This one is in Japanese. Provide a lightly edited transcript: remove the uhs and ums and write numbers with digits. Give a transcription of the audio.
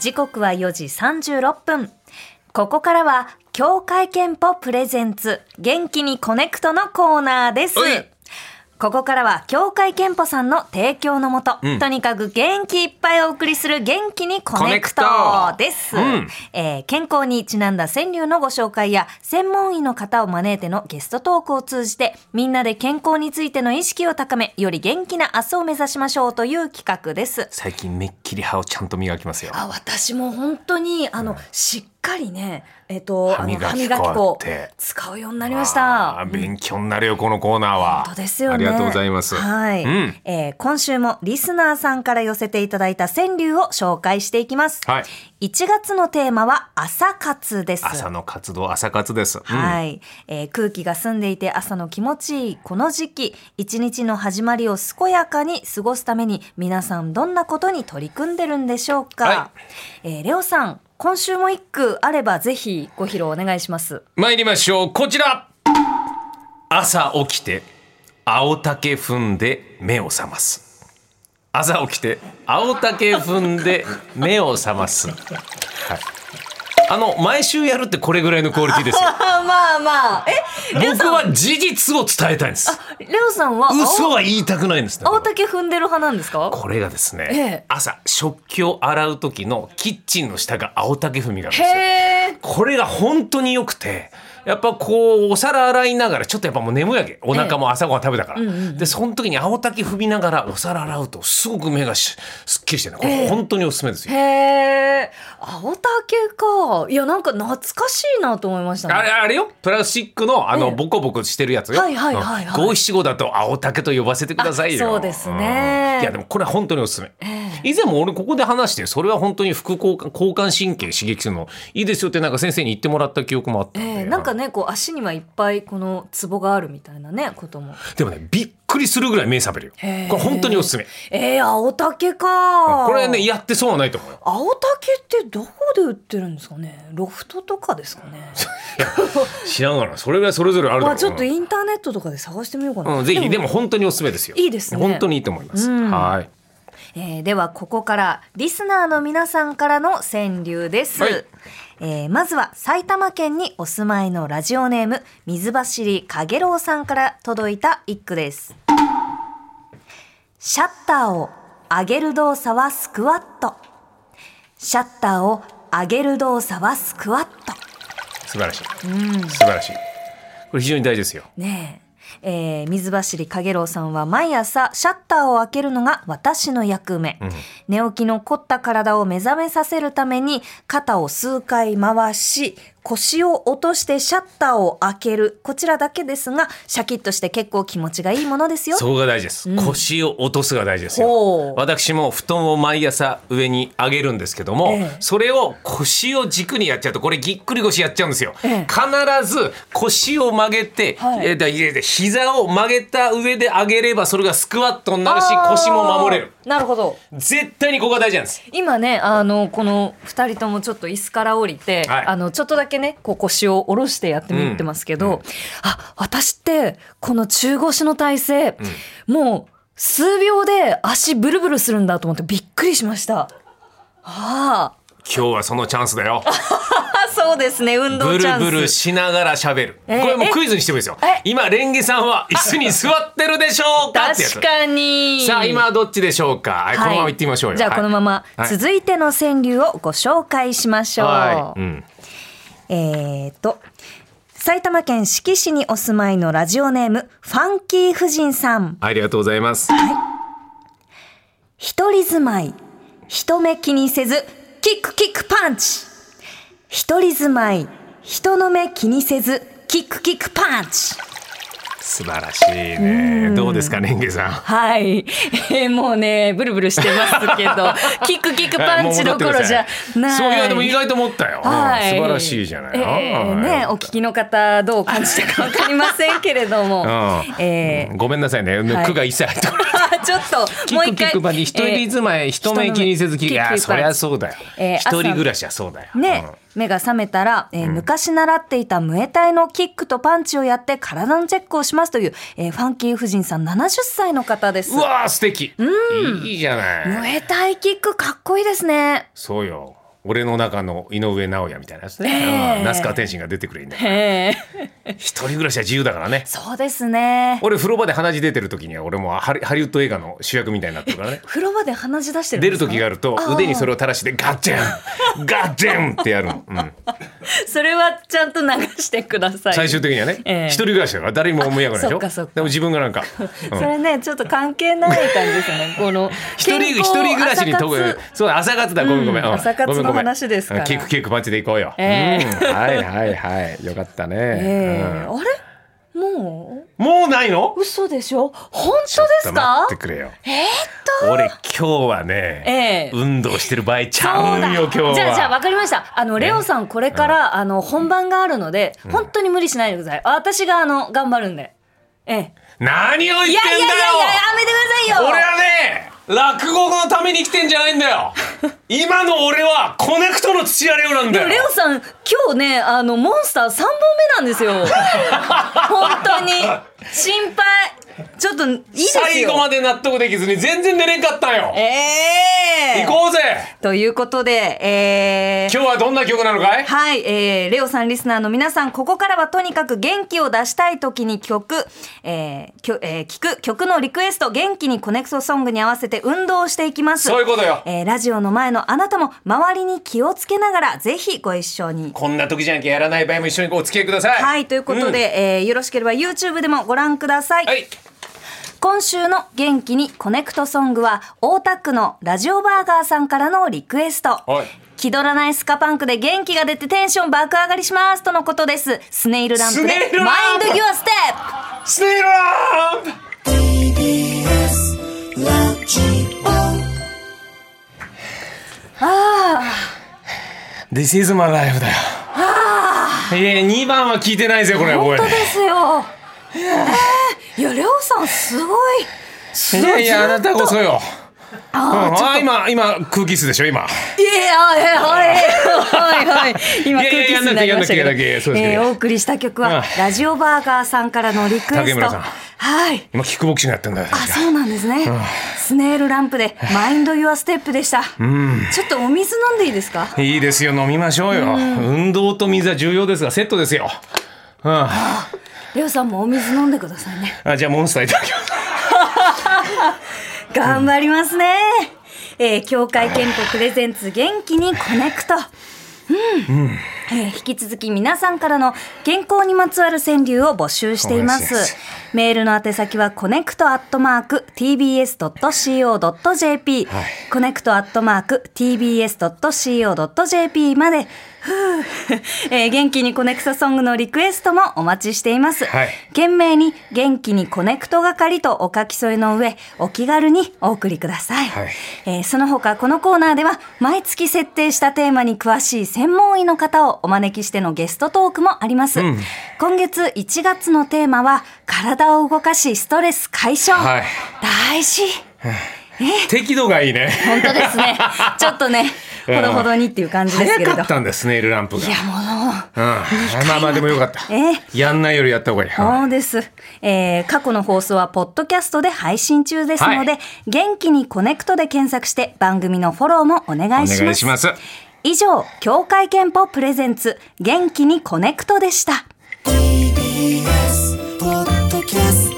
時刻は4時36分。ここからは協会憲法プレゼンツ元気にコネクトのコーナーです。ここからは協会憲法さんの提供のもと、とにかく元気いっぱいお送りする元気にコネクトです。健康にちなんだ川柳のご紹介や専門医の方を招いてのゲストトークを通じて、みんなで健康についての意識を高め、より元気な明日を目指しましょうという企画です。 最近めっきり歯をちゃんと磨きますよ。 私も本当にしっかりね、歯磨き粉使うようになりました。 勉強になるよこのコーナーは。 本当ですよね。 ありがとうございます。 はい。今週もリスナーさんから寄せていただいた川柳を紹介していきます。はい、1月のテーマは朝活です。 朝の活動、朝活です。 はい。空気が澄んでいて朝の気持ちいいこの時期、一日の始まりを健やかに過ごすために皆さんどんなことに取り組んでるんでしょうか。レオさん、今週も一句あればぜひご披露お願いします。 参りましょう。こちら。朝起きて青竹踏んで目を覚ます。朝起きて青竹踏んで目を覚ます。はい、毎週やるってこれぐらいのクオリティですよ。 まあまあ、 僕は事実を伝えたいんです。 レオさんは嘘は言いたくないんです。 青竹踏んでる派なんですか？ これがですね、朝食器を洗う時のキッチンの下が青竹踏みなんですよ。これが本当に良くて、やっぱこうお皿洗いながらちょっとやっぱもう眠いわけ、お腹も朝ごはん食べたから、でその時に青竹踏みながらお皿洗うとすごく目がすっきりしてね、これ本当におすすめですよ。 青竹か。いやなんか懐かしいなと思いましたね。 あれよ、プラスチックのボコボコしてるやつよ。五七五だと青竹と呼ばせてくださいよ。 そうですね。 いやでもこれは本当におすすめ。以前も俺ここで話して、それは本当に副交感神経刺激するのいいですよってなんか先生に言ってもらった記憶もあったんで、 なんかね、こう足にはいっぱいこのツボがあるみたいなねことも。 でもね、びっくりするぐらい目覚めるよ。これ本当におすすめ。 青竹か。 これね、やって損はないと思うよ。 青竹ってどこで売ってるんですかね。ロフトとかですかね。 知らんがな、それぐらいそれぞれあるだろう。 ちょっとインターネットとかで探してみようかな。 ぜひ。でも本当におすすめですよ。 いいですね。 本当にいいと思います。はい。 ではここからリスナーの皆さんからの川柳です。まずは埼玉県にお住まいのラジオネーム水走りかげろうさんから届いた一句です。シャッターを上げる動作はスクワット。シャッターを上げる動作はスクワット。 素晴らしい。素晴らしい。これ非常に大事ですよ。 ねえ。水走りかげろうさんは毎朝シャッターを開けるのが私の役目、寝起きの凝った体を目覚めさせるために肩を数回回し腰を落としてシャッターを開ける、こちらだけですがシャキッとして結構気持ちがいいものですよ。 そこが大事です、腰を落とすが大事ですよ。私も布団を毎朝上に上げるんですけども、それを腰を軸にやっちゃうとこれぎっくり腰やっちゃうんですよ。必ず腰を曲げて、膝を曲げた上で上げればそれがスクワットになるし腰も守れる。 なるほど。 絶対にここが大事なんです。 今ねこの2人ともちょっと椅子から降りて、ちょっとだけねこう腰を下ろしてやってみてますけど、私ってこの中腰の体勢、もう数秒で足ブルブルするんだと思ってびっくりしました。 今日はそのチャンスだよ。 そうですね、運動チャンス。 ブルブルしながら喋る、これもうクイズにしてもいいですよ。今レンゲさんは椅子に座ってるでしょうかってやつ。 確かに。 さあ今はどっちでしょうか。このまま行ってみましょうよ。 じゃあこのまま続いての川柳をご紹介しましょう。埼玉県志木市にお住まいのラジオネームファンキー夫人さん、 ありがとうございます。 一人住まい人目気にせずキックキックパンチ。一人住まい人の目気にせずキックキックパンチ。 素晴らしいね。どうですかレンゲさん。 はい、もうねブルブルしてますけどキックキックパンチどころじゃない。 そういやでも意外と思ったよ、素晴らしいじゃない。 ね、お聞きの方どう感じたか分かりませんけれども、 ごめんなさいね、句が一切入ってこない。 ちょっともう一回キックキックパンチ、一人住まい人目気にせずキック。いやそりゃそうだよ、一人暮らしはそうだよね。目が覚めたら、昔習っていたムエタイのキックとパンチをやって体のチェックをしますという、ファンキー夫人さん70歳の方です。 うわー素敵、いいじゃない。 ムエタイキックかっこいいですね。 そうよ。 俺の中の井上尚弥みたいなやつね、那須川天心が出てくれるんだよ。一人暮らしは自由だからね。 そうですね。 俺風呂場で鼻血出てる時には俺もハリウッド映画の主役みたいになってるからね。 風呂場で鼻血出してるんですか？ 出る時があると腕にそれを垂らしてガッチェンガッチェンってやるの、 それはちゃんと流してください。 最終的にはね、一人暮らしだから誰にも思いやがないでしょ。 そっかそっか。 でも自分がなんか、 それねちょっと関係ない感じですよね。この一人暮らしに特にそう朝活だ。ごめん、 朝活の話ですから。 キックパンチでいこうよ。はいよかったね。 あれもうないの？ 嘘でしょ？本当ですか？ 待ってくれよ。俺今日はね、運動してる場合ちゃうんよ今日は。 じゃあ分かりました。レオさんこれから、本番があるので、本当に無理しないでください。私が頑張るんで。何を言ってんだよ。 いややめてくださいよ。 俺はね落語のために生きてんじゃないんだよ。今の俺はコネクトの土屋レオなんだよ。 レオさん今日ねモンスター3本目なんですよ。本当に心配。ちょっといいですよ。 最後まで納得できずに全然寝れんかったよ。行こうぜということで、 今日はどんな曲なのかい？ はい、レオさんリスナーの皆さん、ここからはとにかく元気を出したい時に聴く曲のリクエスト、元気にコネクトソングに合わせて運動をしていきます。 そういうことよ。 ラジオの前のあなたも周りに気をつけながらぜひご一緒に。 こんな時じゃなきゃやらない場合も一緒にお付き合いください。 はい、ということで、よろしければ YouTube でもご覧ください。はい。今週の元気にコネクトソングは大田区のラジオバーガーさんからのリクエスト。気取らないスカパンクで元気が出てテンション爆上がりしますとのことです。スネイルランプでマインドユアステップ。 スネイルランプ TBS ラジオ。This is my life だよ。2番は聞いてないぜこれ。 本当ですよ。いやレオさんすごい。 いやあなたこそよ。今空気椅子でしょ今。 はい今空気椅子になりましたけど、お送りした曲はラジオバーガーさんからのリクエスト。はい。 今キックボクシングやってんだよ。 そうなんですね。スネイルランプでマインドユアステップでした。ちょっとお水飲んでいいですか？ いいですよ、飲みましょうよ。運動と水は重要ですがセットですよ。 レオさんもお水飲んでくださいね。 じゃあモンスターいただきます。 頑張りますね。協会憲法プレゼンツ元気にコネクト。引き続き皆さんからの健康にまつわる川柳を募集しています。メールの宛先はconnect@tbs.co.jp、connect@tbs.co.jp まで。元気にコネクトソングのリクエストもお待ちしています。懸命に元気にコネクト係とお書き添えの上、お気軽にお送りください。その他このコーナーでは毎月設定したテーマに詳しい専門医の方をお招きしてのゲストトークもあります。今月1月のテーマは体を動かしストレス解消。大事。 適度がいいね。 本当ですね。ちょっとね、ほどほどにっていう感じですけれど。 早かったんですね、スネイルランプが。 いやもう、 まあでもよかった。やんないよりやった方がいい。 そうです。過去の放送はポッドキャストで配信中ですので、元気にコネクトで検索して番組のフォローもお願いします。お願いします。以上、協会憲法プレゼンツ元気にコネクトでした。TBS ポッドキャスト